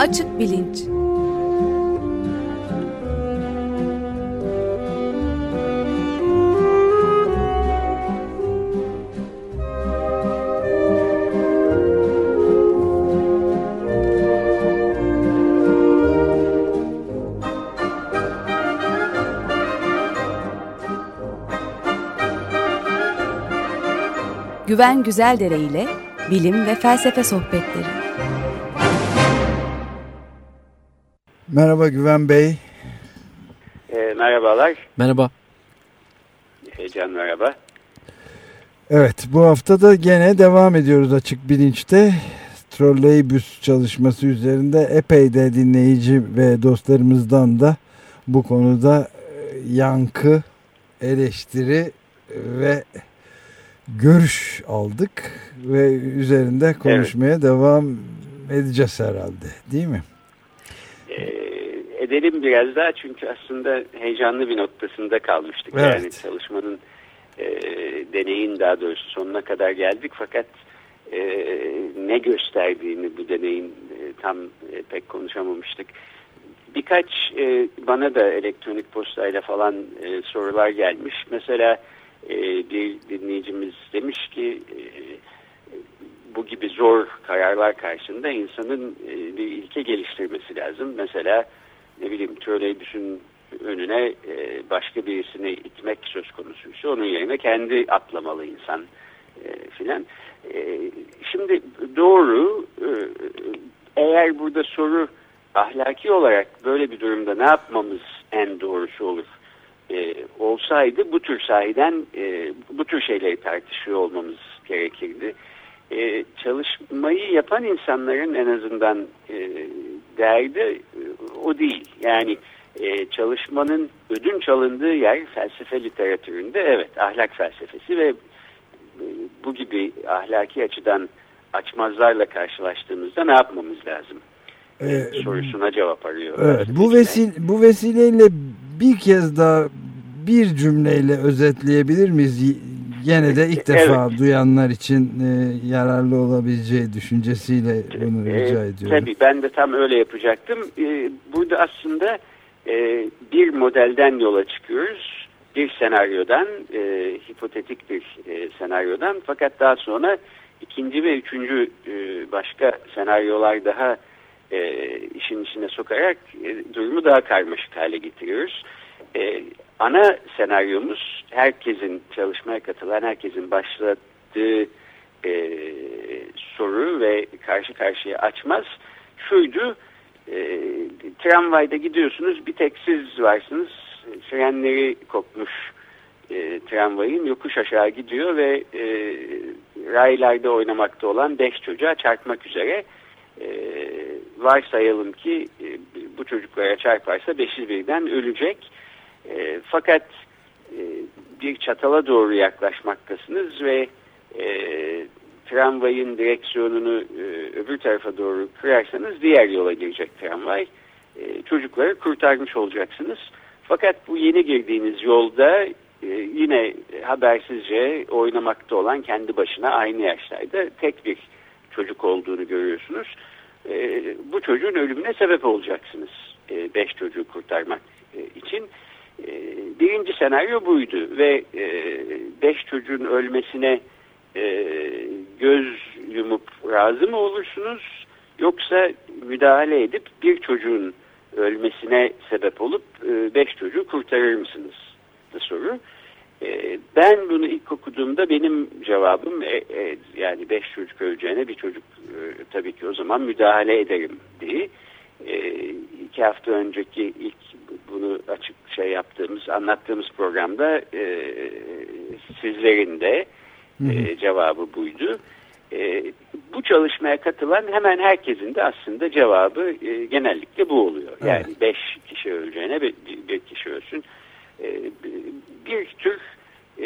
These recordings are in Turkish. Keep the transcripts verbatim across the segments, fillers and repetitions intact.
Açık bilinç. Güven Güzeldere ile bilim ve felsefe sohbetleri. Merhaba Güven Bey. E, merhabalar. Merhaba. E, Can merhaba. Evet, bu hafta da gene devam ediyoruz Açık Bilinç'te. Trolleybüs çalışması üzerinde epey de dinleyici ve dostlarımızdan da bu konuda yankı, eleştiri ve görüş aldık ve üzerinde konuşmaya evet. devam edeceğiz herhalde, değil mi? E, edelim biraz daha, çünkü aslında heyecanlı bir noktasında kalmıştık. Evet. Yani çalışmanın, e, deneyin daha doğrusu sonuna kadar geldik, fakat e, ne gösterdiğini bu deneyin e, tam e, pek konuşamamıştık. Birkaç e, bana da elektronik postayla falan e, sorular gelmiş. Mesela e, bir dinleyicimiz demiş ki e, bu gibi zor kararlar karşısında insanın e, bir ilke geliştirmesi lazım. Mesela ne bileyim, troleybüsün önüne e, başka birisini itmek söz konusuysa onun yerine kendi atlamalı insan e, filan. E, şimdi doğru, e, eğer burada soru ahlaki olarak böyle bir durumda ne yapmamız en doğrusu olur e, olsaydı, bu tür sahiden e, bu tür şeyleri tartışıyor olmamız gerekirdi. E, çalışmayı yapan insanların en azından e, derdi e, o değil. Yani e, çalışmanın ödünç alındığı yer felsefe literatüründe evet ahlak felsefesi ve e, bu gibi ahlaki açıdan açmazlarla karşılaştığımızda ne yapmamız lazım Ee, sorusuna cevap arıyor. Evet, bu, vesil, bu vesileyle bir kez daha bir cümleyle özetleyebilir miyiz? Yine de ilk defa evet. duyanlar için e, yararlı olabileceği düşüncesiyle bunu rica ediyorum. E, tabii ben de tam öyle yapacaktım. E, burada aslında e, bir modelden yola çıkıyoruz. Bir senaryodan, e, hipotetik bir e, senaryodan, fakat daha sonra ikinci ve üçüncü e, başka senaryolar daha e, işin içine sokarak e, durumu daha karmaşık hale getiriyoruz. E, ana senaryomuz, herkesin, çalışmaya katılan herkesin başladığı e, soru ve karşı karşıya açmaz şuydu: e, tramvayda gidiyorsunuz, bir tek siz varsınız, frenleri kopmuş e, tramvayın, yokuş aşağı gidiyor ve e, raylarda oynamakta olan beş çocuğa çarpmak üzere. E, varsayalım ki e, bu çocuklara çarparsa beşi birden ölecek. E, fakat e, bir çatala doğru yaklaşmaktasınız ve e, tramvayın direksiyonunu e, öbür tarafa doğru kırarsanız diğer yola girecek tramvay. E, çocukları kurtarmış olacaksınız. Fakat bu yeni girdiğiniz yolda e, yine habersizce oynamakta olan, kendi başına aynı yaşlarda tek bir çocuk olduğunu görüyorsunuz. E, bu çocuğun ölümüne sebep olacaksınız. E, beş çocuğu kurtarmak e, için. E, birinci senaryo buydu ve e, beş çocuğun ölmesine e, göz yumup razı mı olursunuz, yoksa müdahale edip bir çocuğun ölmesine sebep olup e, beş çocuğu kurtarır mısınız da soru. E, ben bunu ilk okuduğumda benim cevabım e, e, yani beş çocuk öleceğine bir çocuk e, tabii ki o zaman müdahale ederim diye. E, iki hafta önceki ilk bunu açık şey yaptığımız, anlattığımız programda e, sizlerin de e, cevabı buydu. E, bu çalışmaya katılan hemen herkesin de aslında cevabı e, genellikle bu oluyor. Yani evet. beş kişi öleceğine bir, bir kişi ölsün. E, bir tür e,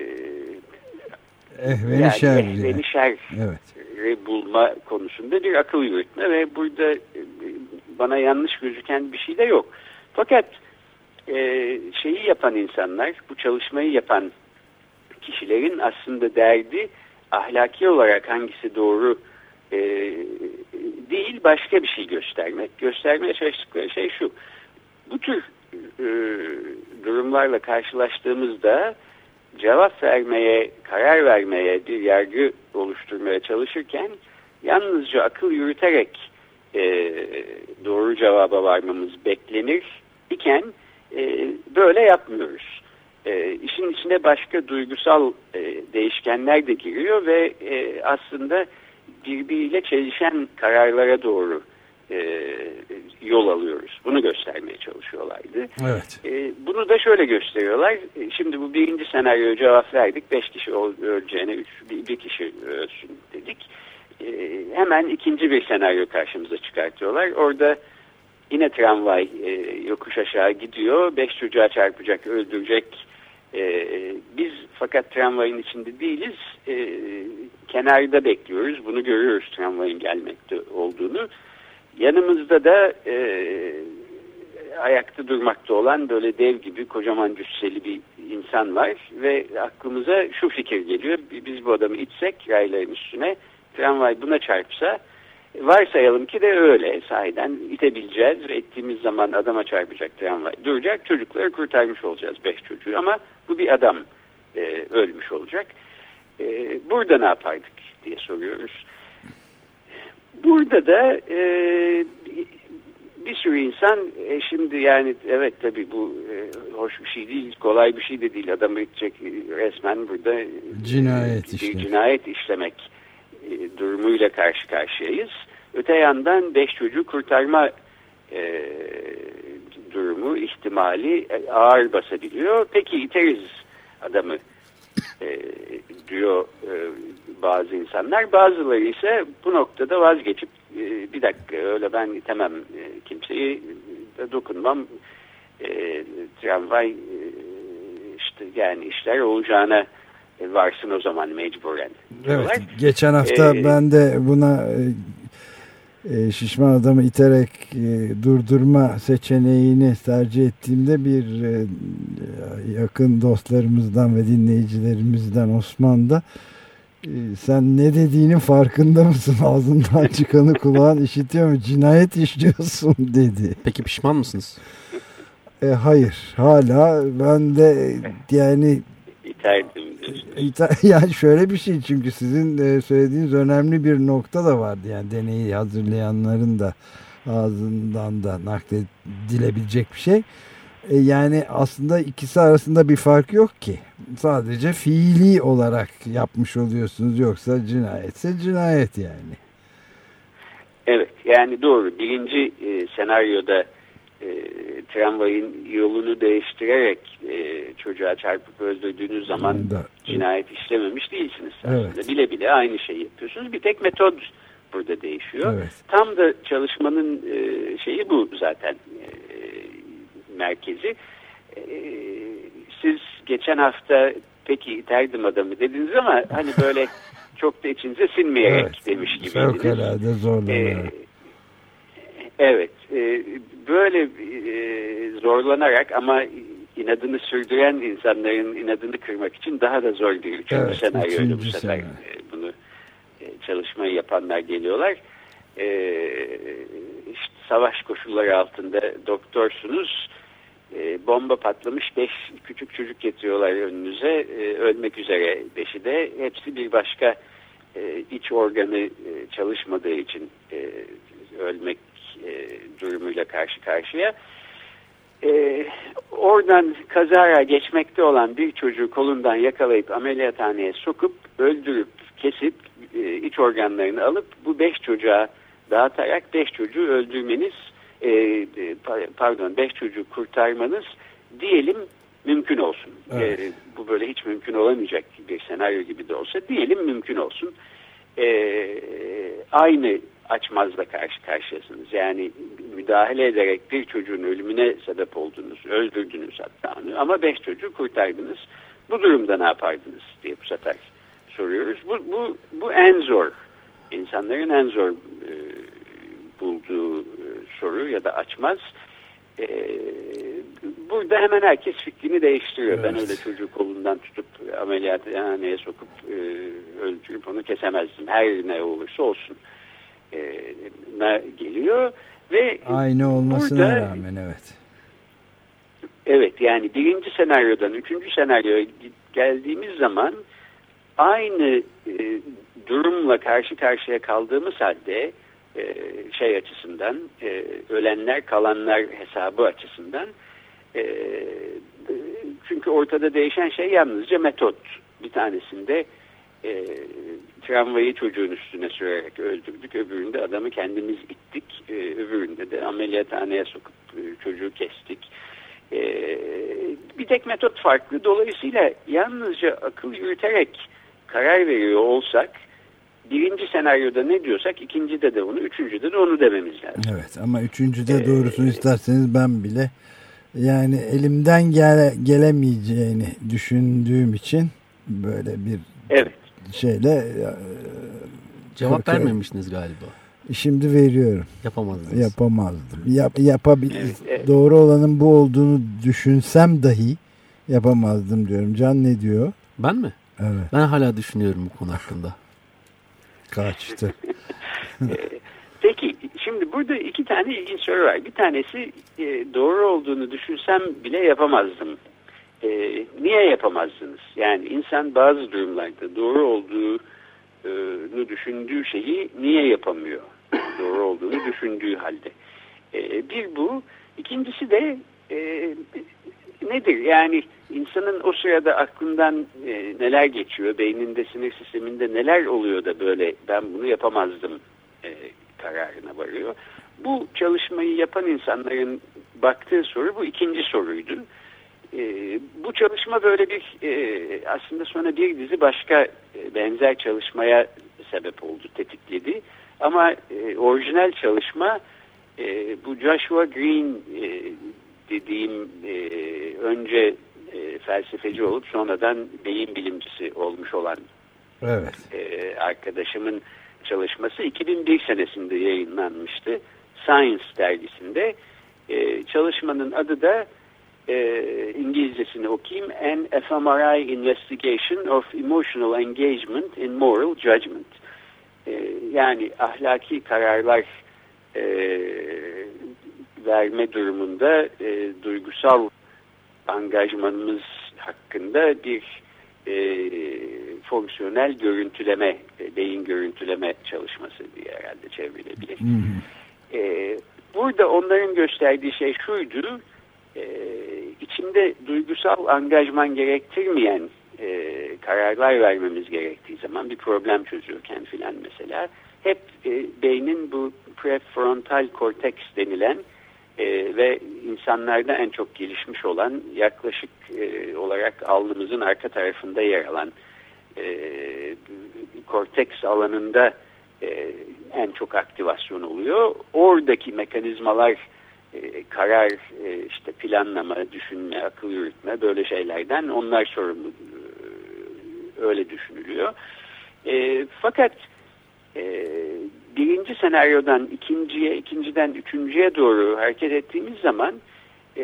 ehveni şer, ehveni şer evet. bulma konusunda bir akıl yürütme ve burada e, bana yanlış gözüken bir şey de yok. Fakat e, şeyi yapan insanlar, bu çalışmayı yapan kişilerin aslında derdi ahlaki olarak hangisi doğru e, değil başka bir şey göstermek. Göstermeye çalıştıkları şey şu. Bu tür e, durumlarla karşılaştığımızda cevap vermeye, karar vermeye, bir yargı oluşturmaya çalışırken yalnızca akıl yürüterek e, doğru cevaba varmamız beklenir iken e, böyle yapmıyoruz. E, işin içine başka duygusal e, değişkenler de giriyor ve e, aslında birbiriyle çelişen kararlara doğru e, yol alıyoruz. Bunu göstermeye çalışıyorlardı. Evet. E, bunu da şöyle gösteriyorlar. E, şimdi bu birinci senaryoya cevap verdik. Beş kişi öleceğine üç, bir, bir kişi ölsün dedik. E, hemen ikinci bir senaryo karşımıza çıkartıyorlar. Orada yine tramvay e, yokuş aşağı gidiyor. Beş çocuğa çarpacak, öldürecek. E, biz fakat tramvayın içinde değiliz. E, kenarda bekliyoruz. Bunu görüyoruz, tramvayın gelmekte olduğunu. Yanımızda da e, ayakta durmakta olan böyle dev gibi kocaman cüsseli bir insan var ve aklımıza şu fikir geliyor. Biz bu adamı itsek rayların üstüne, tramvay buna çarpsa, varsayalım ki de öyle sahiden itebileceğiz ve ettiğimiz zaman adama çarpacak tramvay duracak, çocukları kurtarmış olacağız, beş çocuğu, ama bu bir adam e, ölmüş olacak. E, burada ne yapardık diye soruyoruz. Burada da e, bir sürü insan e, şimdi yani evet tabii bu e, hoş bir şey değil, kolay bir şey de değil. Adamı itecek, resmen burada cinayet, bir işte. cinayet işlemek e, durumuyla karşı karşıyayız. Öte yandan beş çocuğu kurtarma e, durumu, ihtimali e, ağır basabiliyor. Peki iteriz adamı e, diyor e, bazı insanlar. Bazıları ise bu noktada vazgeçip e, bir dakika öyle ben itemem e, kimseyi e, dokunmam e, tramvay e, işte yani işler olacağına e, varsın o zaman mecburen diyorlar. Evet, geçen hafta ee, ben de buna e, şişman adamı iterek e, durdurma seçeneğini tercih ettiğimde bir e, yakın dostlarımızdan ve dinleyicilerimizden Osman da e, sen ne dediğinin farkında mısın? Ağzından çıkanı kulağın işitiyor mu? Cinayet işliyorsun dedi. Peki pişman mısınız? E, hayır. Hala ben de yani İterdim. Yani şöyle bir şey, çünkü sizin söylediğiniz önemli bir nokta da vardı. Yani deneyi hazırlayanların da ağzından da nakledilebilecek bir şey. E yani aslında ikisi arasında bir fark yok ki. Sadece fiili olarak yapmış oluyorsunuz. Yoksa cinayetse cinayet yani. Evet, yani doğru. Birinci e, senaryoda e, tramvayın yolunu değiştirerek e, çocuğa çarpıp öldürdüğünüz zaman da cinayet işlememiş değilsiniz aslında. Evet. Bile bile aynı şeyi yapıyorsunuz. Bir tek metot burada değişiyor. Evet. Tam da çalışmanın e, şeyi bu zaten e, merkezi. E, siz geçen hafta peki iterdim adamı dediniz ama hani böyle çok da içinize sinmeyerek evet, demiş gibiydiniz. Çok herhalde zorlanarak. E, evet. E, böyle e, zorlanarak ama inadını sürdüren insanların inadını kırmak için daha da zor bir üçüncü evet, senaryoydu bu sefer. E, bunu e, çalışmayı yapanlar geliyorlar. E, işte savaş koşulları altında doktorsunuz. E, bomba patlamış, beş küçük çocuk getiriyorlar önünüze. E, ölmek üzere beşi de. Hepsi bir başka e, iç organı e, çalışmadığı için e, ölmek e, durumuyla karşı karşıya. E, oradan kazara geçmekte olan bir çocuğu kolundan yakalayıp ameliyathaneye sokup öldürüp kesip e, iç organlarını alıp bu beş çocuğa dağıtarak beş çocuğu öldürmeniz e, pardon beş çocuğu kurtarmanız diyelim mümkün olsun. Evet. E, bu böyle hiç mümkün olamayacak bir senaryo gibi de olsa diyelim mümkün olsun. E, aynı açmazla karşı karşıyasınız. Yani müdahale ederek bir çocuğun ölümüne sebep oldunuz, öldürdünüz hatta onu, ama beş çocuğu kurtardınız. Bu durumda ne yapardınız diye bu sefer soruyoruz. Bu, bu, bu en zor, insanların en zor e, bulduğu e, soru ya da açmaz. E, burada hemen herkes fikrini değiştiriyor. Evet. Ben öyle çocuğu kolundan tutup ameliyathaneye sokup e, öldürüp onu kesemezdim. Her ne olursa olsun e, geliyor ve aynı olmasına burada, rağmen evet. Evet, yani birinci senaryodan üçüncü senaryoya geldiğimiz zaman aynı e, durumla karşı karşıya kaldığımız halde e, şey açısından e, ölenler kalanlar hesabı açısından e, çünkü ortada değişen şey yalnızca metot. Bir tanesinde e, tramvayı çocuğun üstüne sürerek öldürdük, öbüründe adamı kendimiz ittik, e, öbüründe de ameliyathaneye sokup e, çocuğu kestik. Ee, bir tek metot farklı. Dolayısıyla yalnızca akıl yürüterek karar veriyor olsak birinci senaryoda ne diyorsak ikincide de onu, üçüncüde de onu dememiz lazım. Evet, ama üçüncüde ee, doğrusunu isterseniz ben bile yani elimden gele, gelemeyeceğini düşündüğüm için böyle bir evet. şeyle cevap korkuyorum. Vermemiştiniz galiba. Şimdi veriyorum. Yapamazdınız. Yapamazdım. Yap, yapabil evet, evet. Doğru olanın bu olduğunu düşünsem dahi yapamazdım diyorum. Can ne diyor? Ben mi? Evet. Ben hala düşünüyorum bu konu hakkında. Kaçtı. Peki, şimdi burada iki tane ilginç soru var. Bir tanesi e, doğru olduğunu düşünsem bile yapamazdım. E, niye yapamazdınız? Yani insan bazı durumlarda doğru olduğu düşündüğü şeyi niye yapamıyor? Doğru olduğunu düşündüğü halde. Ee, bir bu. İkincisi de e, nedir? Yani insanın o sırada aklından e, neler geçiyor? Beyninde, sinir sisteminde neler oluyor da böyle ben bunu yapamazdım e, kararına varıyor. Bu çalışmayı yapan insanların baktığı soru bu ikinci soruydu. E, bu çalışma böyle bir e, aslında sonra bir dizi başka e, benzer çalışmaya sebep oldu, tetikledi. Ama e, orijinal çalışma e, bu Joshua Green e, dediğim e, önce e, felsefeci olup sonradan beyin bilimcisi olmuş olan evet. e, arkadaşımın çalışması iki bin bir senesinde yayınlanmıştı. Science dergisinde. E, çalışmanın adı da E, İngilizcesini okuyayım. An fMRI Investigation of Emotional Engagement in Moral Judgment. E, yani ahlaki kararlar e, verme durumunda e, duygusal angajmanımız hakkında bir e, fonksiyonel görüntüleme, e, beyin görüntüleme çalışması diye herhalde çevrilebilir. Hı hı. E, burada onların gösterdiği şey şuydu. Ee, içinde duygusal angajman gerektirmeyen e, kararlar vermemiz gerektiği zaman bir problem çözüyorken filan mesela hep e, beynin bu prefrontal korteks denilen e, ve insanlarda en çok gelişmiş olan yaklaşık e, olarak alnımızın arka tarafında yer alan e, korteks alanında e, en çok aktivasyon oluyor. Oradaki mekanizmalar karar, işte planlama, düşünme, akıl yürütme böyle şeylerden onlar sorumlu, öyle düşünülüyor. E, fakat e, birinci senaryodan ikinciye, ikinciden üçüncüye doğru hareket ettiğimiz zaman e,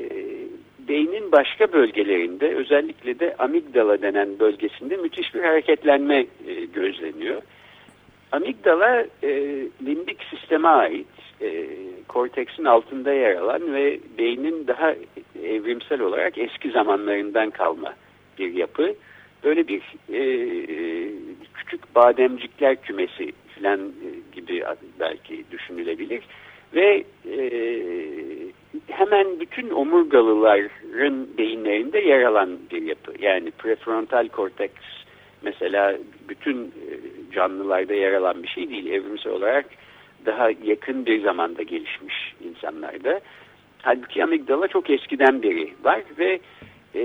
beynin başka bölgelerinde, özellikle de amigdala denen bölgesinde müthiş bir hareketlenme e, gözleniyor. Amigdala e, limbik sisteme ait, e, korteksin altında yer alan ve beynin daha evrimsel olarak eski zamanlarından kalma bir yapı. Böyle bir e, küçük bademcikler kümesi falan gibi belki düşünülebilir. Ve e, hemen bütün omurgalıların beyinlerinde yer alan bir yapı. Yani prefrontal korteks mesela bütün canlılarda yer alan bir şey değil. Evrimsel olarak daha yakın bir zamanda gelişmiş insanlarda. Halbuki amigdala çok eskiden beri var ve e,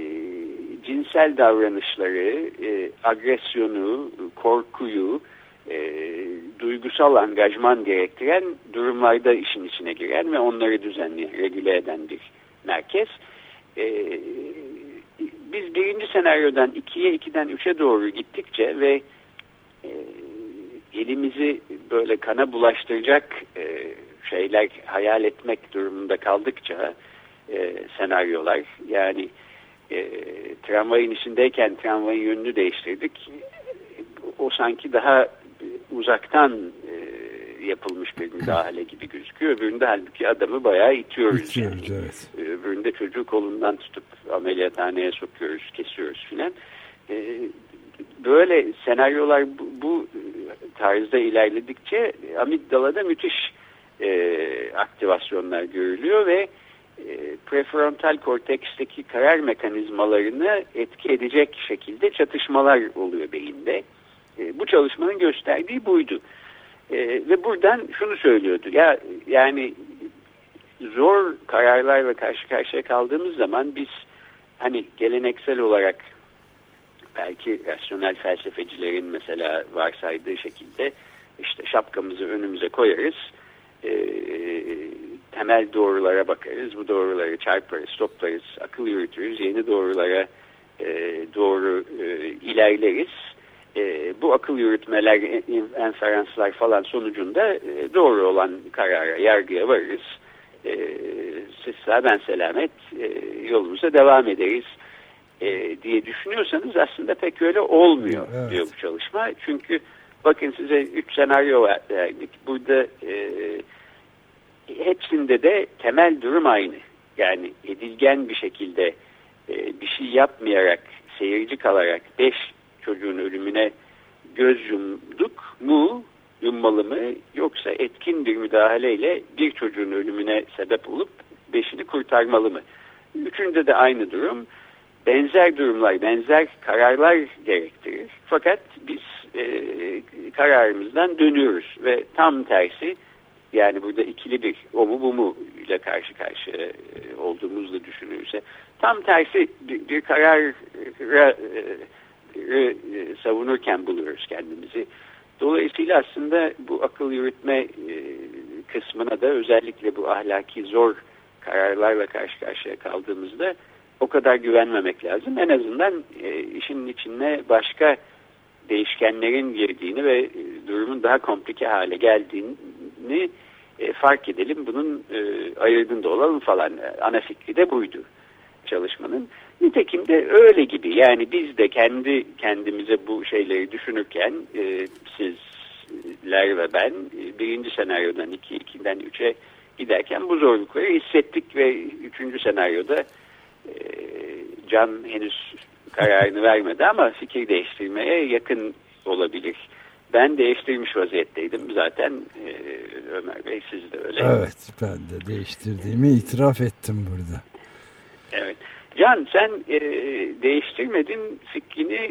cinsel davranışları, e, agresyonu, korkuyu, e, duygusal angajman gerektiren durumlarda işin içine giren ve onları düzenleyen, regüle eden bir merkez. E, biz birinci senaryodan ikiye, ikiden üçe doğru gittikçe ve e, elimizi böyle kana bulaştıracak e, şeyler hayal etmek durumunda kaldıkça e, senaryolar, yani e, tramvayın içindeyken tramvayın yönünü değiştirdik. O sanki daha uzaktan e, yapılmış bir müdahale gibi gözüküyor. Öbüründe halbuki adamı bayağı itiyoruz. İtiyoruz, yani. evet. Öbüründe çocuğu kolundan tutup ameliyathaneye sokuyoruz, kesiyoruz filan. E, böyle senaryolar bu, bu tarzda ilerledikçe amigdalada müthiş e, aktivasyonlar görülüyor ve e, prefrontal korteksteki karar mekanizmalarını etki edecek şekilde çatışmalar oluyor beyinde. E, bu çalışmanın gösterdiği buydu. E, ve buradan şunu söylüyordu. Ya yani zor kararlarla karşı karşıya kaldığımız zaman biz hani geleneksel olarak belki rasyonel felsefecilerin mesela varsaydığı şekilde işte şapkamızı önümüze koyarız. E, temel doğrulara bakarız. Bu doğruları çarparız, toplarız, akıl yürütürüz. Yeni doğrulara e, doğru e, ilerleriz. E, bu akıl yürütmeler, enferanslar falan sonucunda e, doğru olan karara, yargıya varırız. E, siz sağ ben selamet e, yolumuza devam ederiz e, diye düşünüyorsanız aslında pek öyle olmuyor, evet, diyor bu çalışma. Çünkü bakın size üç senaryo verdik. Burada e, hepsinde de temel durum aynı. Yani edilgen bir şekilde e, bir şey yapmayarak, seyirci kalarak beş çocuğun ölümüne göz yumduk mu, yummalı mı, yoksa etkin bir müdahaleyle bir çocuğun ölümüne sebep olup beşini kurtarmalı mı? Üçünde de aynı durum. Benzer durumlar, benzer kararlar gerektirir. Fakat biz e, kararımızdan dönüyoruz ve tam tersi, yani burada ikili bir o mu bu mu ile karşı karşıya e, olduğumuzla düşünülürse tam tersi bir, bir karara e, e, savunurken buluyoruz kendimizi. Dolayısıyla aslında bu akıl yürütme e, kısmına da özellikle bu ahlaki zor kararlarla karşı karşıya kaldığımızda o kadar güvenmemek lazım. En azından e, işin içine başka değişkenlerin girdiğini ve e, durumun daha komplike hale geldiğini e, fark edelim. Bunun e, ayırdığında olalım falan. Ana fikri de buydu çalışmanın. Nitekim de öyle gibi. Yani biz de kendi kendimize bu şeyleri düşünürken e, sizler ve ben e, birinci senaryodan iki, ikiden üçe giderken bu zorlukları hissettik ve üçüncü senaryoda e, Can henüz kararını vermedi ama fikir değiştirmeye yakın olabilir. Ben değiştirmiş vaziyetteydim zaten. e, Ömer Bey siz de öyle. Evet, ben de değiştirdiğimi itiraf ettim burada. Evet. Can sen e, değiştirmedin fikrini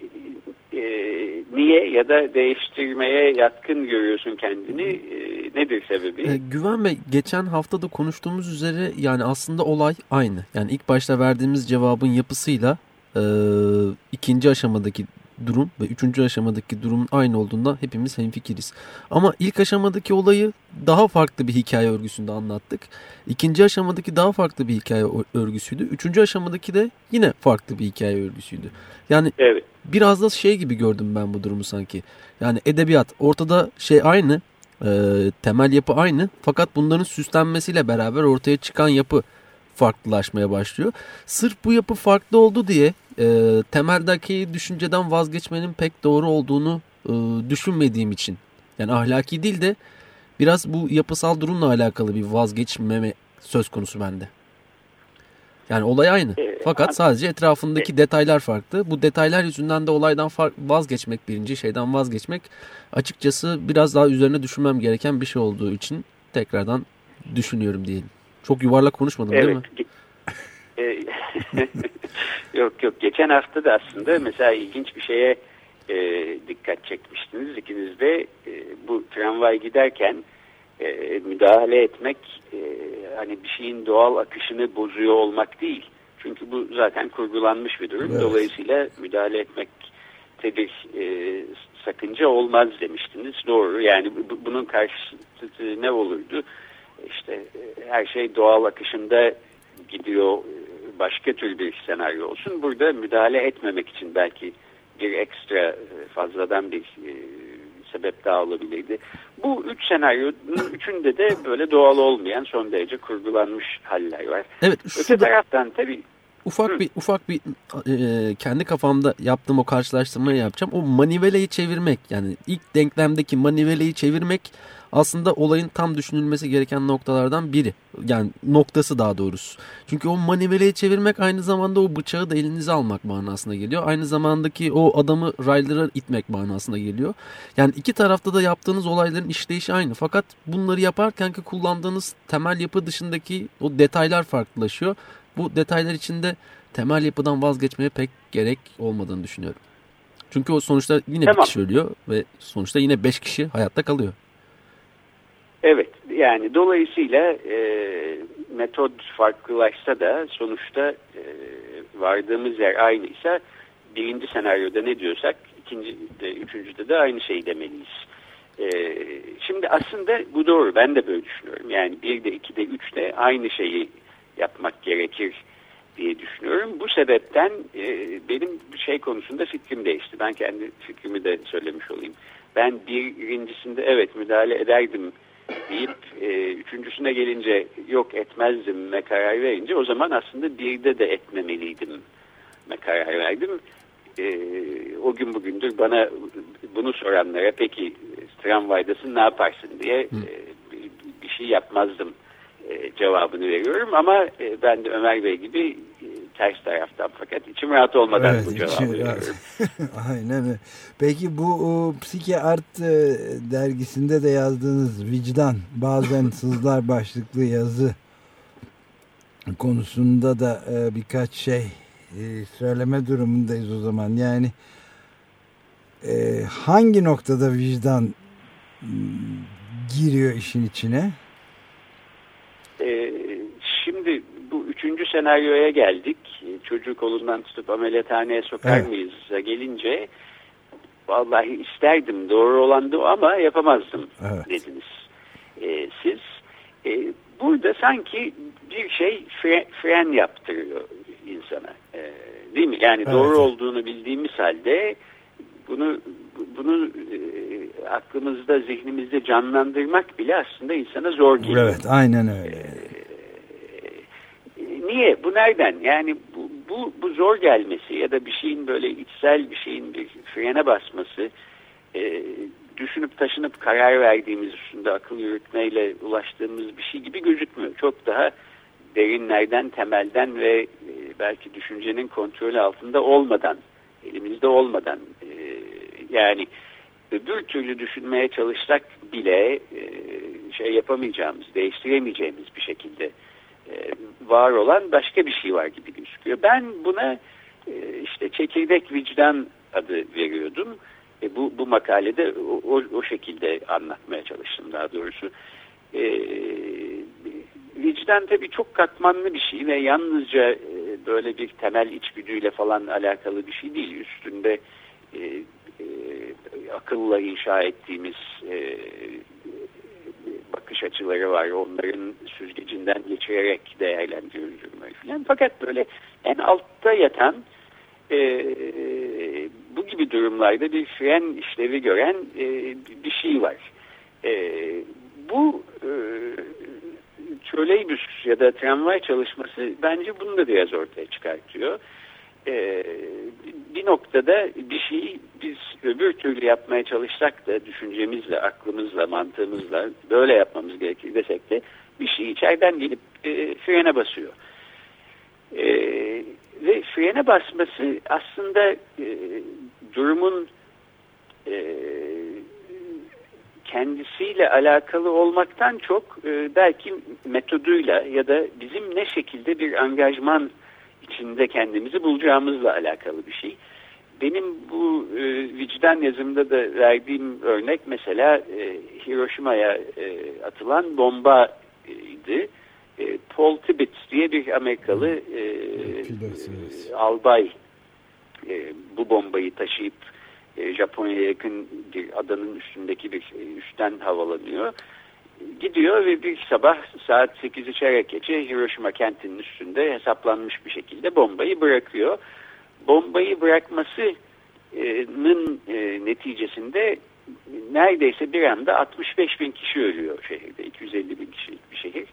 e, niye ya da değiştirmeye yatkın görüyorsun kendini, e, nedir sebebi? E, Güven Bey, geçen hafta da konuştuğumuz üzere yani aslında olay aynı. Yani ilk başta verdiğimiz cevabın yapısıyla e, ikinci aşamadaki durum ve üçüncü aşamadaki durumun aynı olduğundan hepimiz hemfikiriz. Ama ilk aşamadaki olayı daha farklı bir hikaye örgüsünde anlattık. İkinci aşamadaki daha farklı bir hikaye örgüsüydü. Üçüncü aşamadaki de yine farklı bir hikaye örgüsüydü. Yani evet, biraz da şey gibi gördüm ben bu durumu sanki. Yani edebiyat ortada şey aynı, e, temel yapı aynı. Fakat bunların süslenmesiyle beraber ortaya çıkan yapı farklılaşmaya başlıyor. Sırf bu yapı farklı oldu diye e, temeldeki düşünceden vazgeçmenin pek doğru olduğunu e, düşünmediğim için. Yani ahlaki değil de biraz bu yapısal durumla alakalı bir vazgeçmeme söz konusu bende. Yani olay aynı. Fakat sadece etrafındaki detaylar farklı. Bu detaylar yüzünden de olaydan vazgeçmek, birinci şeyden vazgeçmek açıkçası biraz daha üzerine düşünmem gereken bir şey olduğu için tekrardan düşünüyorum diyelim. Çok yuvarlak konuşmadım, evet. Değil mi? yok yok. Geçen hafta da aslında mesela ilginç bir şeye e, dikkat çekmiştiniz. İkiniz de e, bu tramvay giderken e, müdahale etmek e, hani bir şeyin doğal akışını bozuyor olmak değil. Çünkü bu zaten kurgulanmış bir durum. Evet. Dolayısıyla müdahale etmekte bir e, sakınca olmaz demiştiniz. Doğru. Yani bu, bunun karşıtı ne olurdu? İşte her şey doğal akışında gidiyor, başka tür bir senaryo olsun. Burada müdahale etmemek için belki bir ekstra fazladan bir e, sebep daha olabilirdi. Bu üç senaryonun üçünde de böyle doğal olmayan, son derece kurgulanmış haller var. Evet, Öte taraftan tabii ufak Hı. bir ufak bir e, kendi kafamda yaptığım o karşılaştırmayı yapacağım. O maniveleyi çevirmek, yani ilk denklemdeki maniveleyi çevirmek aslında olayın tam düşünülmesi gereken noktalardan biri. Yani noktası daha doğrusu. Çünkü o maniveleyi çevirmek aynı zamanda o bıçağı da elinize almak manasına geliyor. Aynı zamandaki o adamı raylara itmek manasına geliyor. Yani iki tarafta da yaptığınız olayların işleyişi aynı. Fakat bunları yaparken ki kullandığınız temel yapı dışındaki o detaylar farklılaşıyor. Bu detaylar içinde temel yapıdan vazgeçmeye pek gerek olmadığını düşünüyorum. Çünkü o sonuçta yine Tamam. bir kişi ölüyor ve sonuçta yine beş kişi hayatta kalıyor. Evet, yani dolayısıyla e, metot farklılaşsa da sonuçta e, vardığımız yer aynıysa birinci senaryoda ne diyorsak ikinci de üçüncüde de aynı şey demeliyiz. E, şimdi aslında bu doğru, ben de böyle düşünüyorum. Yani birde, ikide, üçte aynı şeyi yapmak gerekir diye düşünüyorum. Bu sebepten e, benim şey konusunda fikrim değişti. Ben kendi fikrimi de söylemiş olayım. Ben birincisinde evet müdahale ederdim deyip e, üçüncüsüne gelince yok etmezdim ve karar verince o zaman aslında birde de etmemeliydim ve karar verdim. E, o gün bugündür bana bunu soranlara peki tramvaydasın ne yaparsın diye e, bir şey yapmazdım e, cevabını veriyorum ama e, ben de Ömer Bey gibi e, ters taraftan fakat içim rahat olmadan evet, bu cevabı veriyorum. Aynen öyle. Peki bu o, Psike Art e, dergisinde de yazdığınız vicdan bazen sızlar başlıklı yazı konusunda da e, birkaç şey e, söyleme durumundayız o zaman. Yani e, hangi noktada vicdan m, giriyor işin içine? E, şimdi bu üçüncü senaryoya geldik. Çocuğu kolundan tutup ameliyathaneye sokar evet. mıyız'a gelince vallahi isterdim, doğru olandı ama yapamazdım evet. dediniz. Ee, siz e, burada sanki bir şey fre, fren yaptırıyor insana. Ee, değil mi? Yani evet. doğru olduğunu bildiğimiz halde bunu bunu e, aklımızda, zihnimizde canlandırmak bile aslında insana zor geliyor. Evet, aynen öyle. Ee, Niye? Bu nereden? Yani bu, bu, bu zor gelmesi ya da bir şeyin böyle içsel bir şeyin bir frene basması e, düşünüp taşınıp karar verdiğimiz üstünde akıl yürütmeyle ulaştığımız bir şey gibi gözükmüyor. Çok daha derinlerden, temelden ve e, belki düşüncenin kontrolü altında olmadan, elimizde olmadan e, yani öbür türlü düşünmeye çalışsak bile e, şey yapamayacağımız, değiştiremeyeceğimiz bir şekilde var olan başka bir şey var gibi gözüküyor. Ben buna işte çekirdek vicdan adı veriyordum. E bu, bu makalede o, o şekilde anlatmaya çalıştım daha doğrusu. E, vicdan tabii çok katmanlı bir şey ve yalnızca e, böyle bir temel içgüdüyle falan alakalı bir şey değil. Üstünde e, e, akılla inşa ettiğimiz e, bakış açıları var. Onların süzgecinden geçirerek değerlendiriyoruz durumları falan. Fakat böyle en altta yatan e, bu gibi durumlarda bir fren işlevi gören e, bir şey var. E, bu e, troleybüs ya da tramvay çalışması bence bunu da biraz ortaya çıkartıyor. Ee, bir noktada bir şeyi biz öbür türlü yapmaya çalışsak da düşüncemizle, aklımızla, mantığımızla böyle yapmamız gerekir desek de bir şey içeriden gelip e, frene basıyor. E, ve frene basması aslında e, durumun e, kendisiyle alakalı olmaktan çok e, belki metoduyla ya da bizim ne şekilde bir angajman içinde kendimizi bulacağımızla alakalı bir şey. Benim bu e, vicdan yazımda da verdiğim örnek mesela e, Hiroşima'ya e, atılan bombaydı. E, Paul Tibbets diye bir Amerikalı e, e, albay e, bu bombayı taşıyıp e, Japonya'ya yakın bir adanın üstündeki bir e, üstten havalanıyor. Gidiyor ve bir sabah saat sekizi çeyrek geçe Hiroşima kentinin üstünde hesaplanmış bir şekilde bombayı bırakıyor. Bombayı bırakmasının e, neticesinde neredeyse bir anda altmış beş bin kişi ölüyor şehirde. iki yüz elli bin kişilik bir şehir.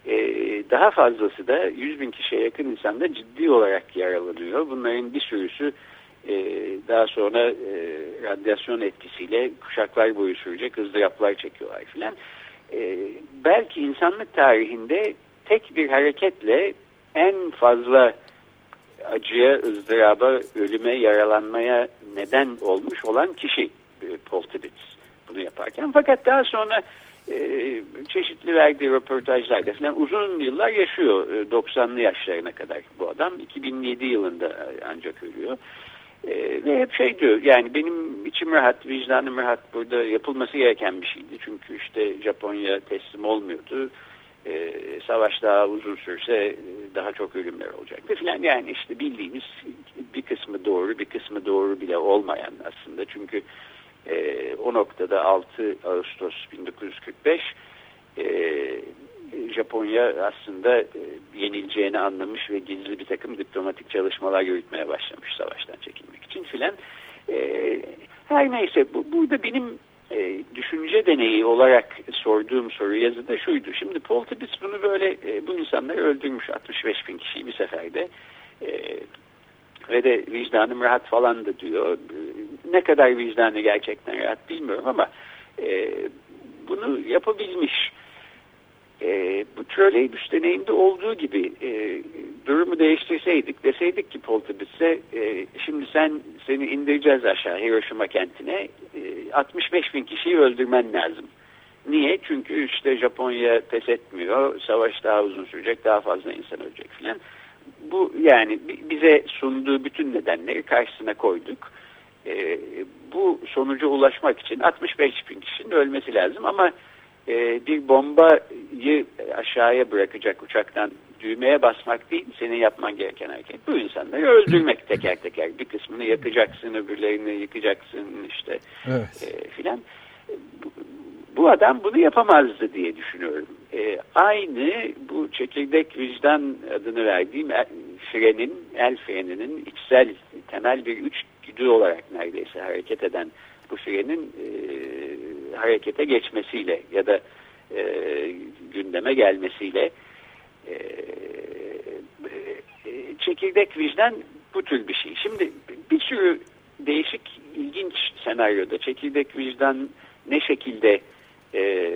e, daha fazlası da yüz bin kişiye yakın insanda ciddi olarak yaralanıyor. Bunların bir sürüsü e, daha sonra e, radyasyon etkisiyle kuşaklar boyu sürecek ızdıraplar çekiyorlar filan. E, belki insanlık tarihinde tek bir hareketle en fazla acıya, ızdıraba, ölüme, yaralanmaya neden olmuş olan kişi e, Paul Tibbets bunu yaparken. Fakat daha sonra e, çeşitli verdiği röportajlarda falan uzun yıllar yaşıyor. E, doksanlı yaşlarına kadar bu adam. iki bin yedi yılında ancak ölüyor. E, ve hep şey diyor, yani benim içim rahat, vicdanım rahat, burada yapılması gereken bir şeydi. Çünkü işte Japonya teslim olmuyordu. Ee, savaş daha uzun sürse daha çok ölümler olacaktı filan. Yani işte bildiğimiz bir kısmı doğru, bir kısmı doğru bile olmayan aslında. Çünkü e, o noktada altı Ağustos bin dokuz yüz kırk beş e, Japonya aslında e, yenileceğini anlamış ve gizli bir takım diplomatik çalışmalar yürütmeye başlamış savaştan çekilmek için filan. E, her neyse bu, burada benim E, düşünce deneyi olarak sorduğum soru yazıda şuydu. Şimdi Paul Tibbets bunu böyle e, bu insanları öldürmüş, altmış beş bin kişiyi bir seferde e, ve de vicdanım rahat falan da diyor. E, ne kadar vicdanı gerçekten rahat bilmiyorum ama e, bunu yapabilmiş. E, bu troleybüs deneyimde olduğu gibi e, durumu değiştirseydik, deseydik ki Paul Tibbets'e e, şimdi sen seni indireceğiz aşağı Hiroşima kentine, e, altmış beş bin kişiyi öldürmen lazım. Niye? Çünkü işte Japonya pes etmiyor, savaş daha uzun sürecek, daha fazla insan ölecek filan. Bu yani bize sunduğu bütün nedenleri karşısına koyduk. E, bu sonuca ulaşmak için altmış beş bin kişinin ölmesi lazım ama bir bombayı aşağıya bırakacak uçaktan düğmeye basmak değil, senin yapman gereken hareket. Bu insanları öldürmek teker teker. Bir kısmını yakacaksın, öbürlerini yıkacaksın işte evet. e, filan. Bu, bu adam bunu yapamazdı diye düşünüyorum. E, aynı bu çekirdek vicdan adını verdiğim el, frenin, el freninin içsel temel bir üç güdü olarak neredeyse hareket eden bu frenin e, harekete geçmesiyle ya da e, gündeme gelmesiyle e, e, çekirdek vicdan bu tür bir şey. Şimdi bir sürü değişik, ilginç senaryoda çekirdek vicdan ne şekilde e,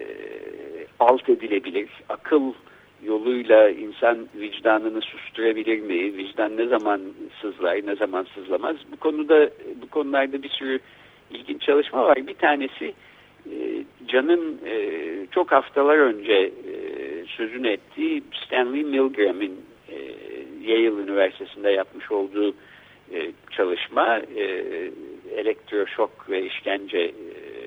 alt edilebilir? Akıl yoluyla insan vicdanını susturabilir mi? Vicdan ne zaman sızlar, ne zaman sızlamaz? Bu konuda, bu konularda bir sürü ilginç çalışma var. Bir tanesi e, Can'ın e, çok haftalar önce e, sözünü ettiği Stanley Milgram'in e, Yale Üniversitesi'nde yapmış olduğu e, çalışma e, elektroşok ve işkence e,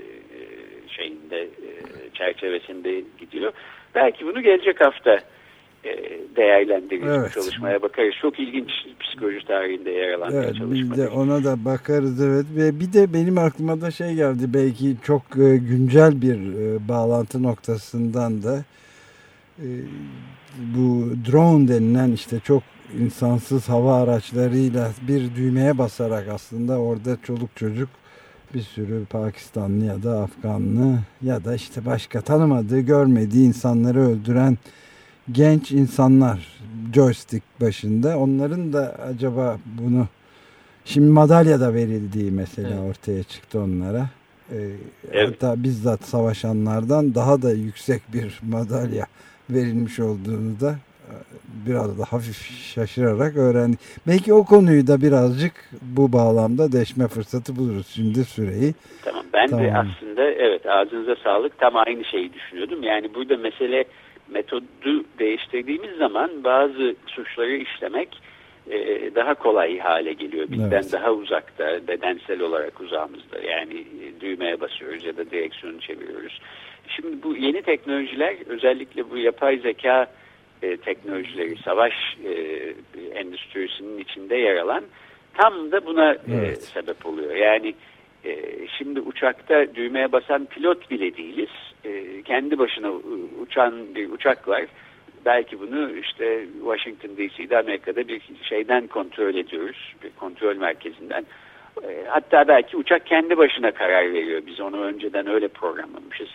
şeyinde e, çerçevesinde gidiyor. Belki bunu gelecek hafta e, değerlendiririz. Evet. Çalışmaya bakarız. Çok ilginç psikoloji tarihinde yer alan evet, bir çalışma. Biz de ona da bakarız evet. Ve bir de benim aklıma da şey geldi. Belki çok e, güncel bir e, bağlantı noktasından da e, bu drone denilen işte çok insansız hava araçlarıyla bir düğmeye basarak aslında orada çoluk çocuk bir sürü Pakistanlı ya da Afganlı ya da işte başka tanımadığı, görmediği insanları öldüren genç insanlar joystick başında. Onların da acaba bunu şimdi madalya da verildiği mesela evet. ortaya çıktı onlara. Ee, evet. Hatta bizzat savaşanlardan daha da yüksek bir madalya verilmiş olduğunu da biraz da hafif şaşırarak öğrendik. Belki o konuyu da birazcık bu bağlamda deşme fırsatı buluruz. Şimdi süreyi. Tamam. Ben tamam. de aslında evet ağzınıza sağlık tam aynı şeyi düşünüyordum. Yani burada mesele metodu değiştirdiğimiğimiz zaman bazı suçları işlemek e, daha kolay hale geliyor. Bizden evet. daha uzakta, bedensel olarak uzağımızda. Yani düğmeye basıyoruz ya da direksiyonu çeviriyoruz. Şimdi bu yeni teknolojiler özellikle bu yapay zeka E, teknolojileri, savaş e, endüstrisinin içinde yer alan tam da buna evet. e, sebep oluyor. Yani e, şimdi uçakta düğmeye basan pilot bile değiliz. E, kendi başına uçan bir uçak var. Belki bunu işte Washington D C'de Amerika'da bir şeyden kontrol ediyoruz. Bir kontrol merkezinden. E, hatta belki uçak kendi başına karar veriyor. Biz onu önceden öyle programlamışız.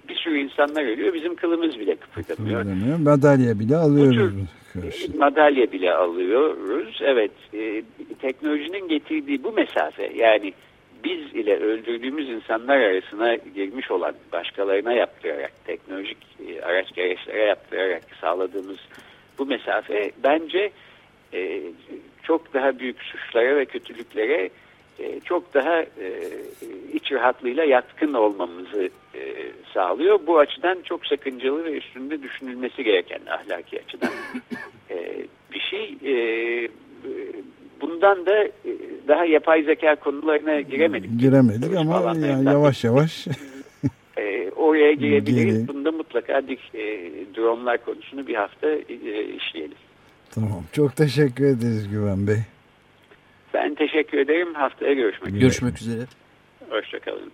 bir sürü insanlar ölüyor. Bizim kılımız bile kıpırdamıyor. Kıpırdamıyor. Madalya bile alıyoruz. Tür, madalya bile alıyoruz. Evet. E, teknolojinin getirdiği bu mesafe, yani biz ile öldürdüğümüz insanlar arasına girmiş olan, başkalarına yaptırarak, teknolojik e, araç gereçlere yaptırarak sağladığımız bu mesafe bence e, çok daha büyük suçlara ve kötülüklere e, çok daha e, iç rahatlığıyla yatkın olmamızı e, sağlıyor. Bu açıdan çok sakıncalı ve üstünde düşünülmesi gereken, ahlaki açıdan e, bir şey. E, bundan da e, daha yapay zeka konularına giremedik. Giremedik ama yani yavaş yavaş e, oraya girebiliriz. Bunda mutlaka dik, e, dronlar konusunu bir hafta e, işleyelim. Tamam. Çok teşekkür ederiz Güven Bey. Ben teşekkür ederim. Haftaya görüşmek üzere. Görüşmek üzere. Hoşçakalın.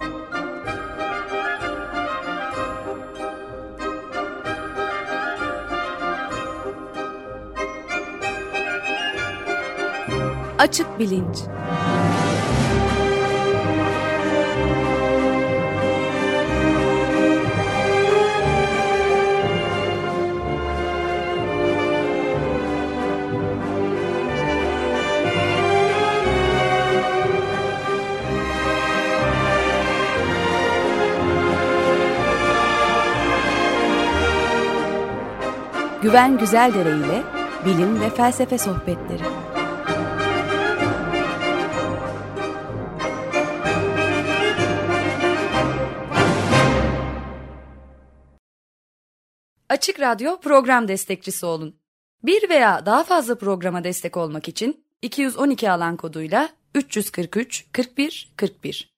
Açık Bilinç. Güven Güzeldere ile bilim ve felsefe sohbetleri. Açık Radyo program destekçisi olun. Bir veya daha fazla programa destek olmak için iki yüz on iki alan koduyla üç yüz kırk üç kırk bir kırk bir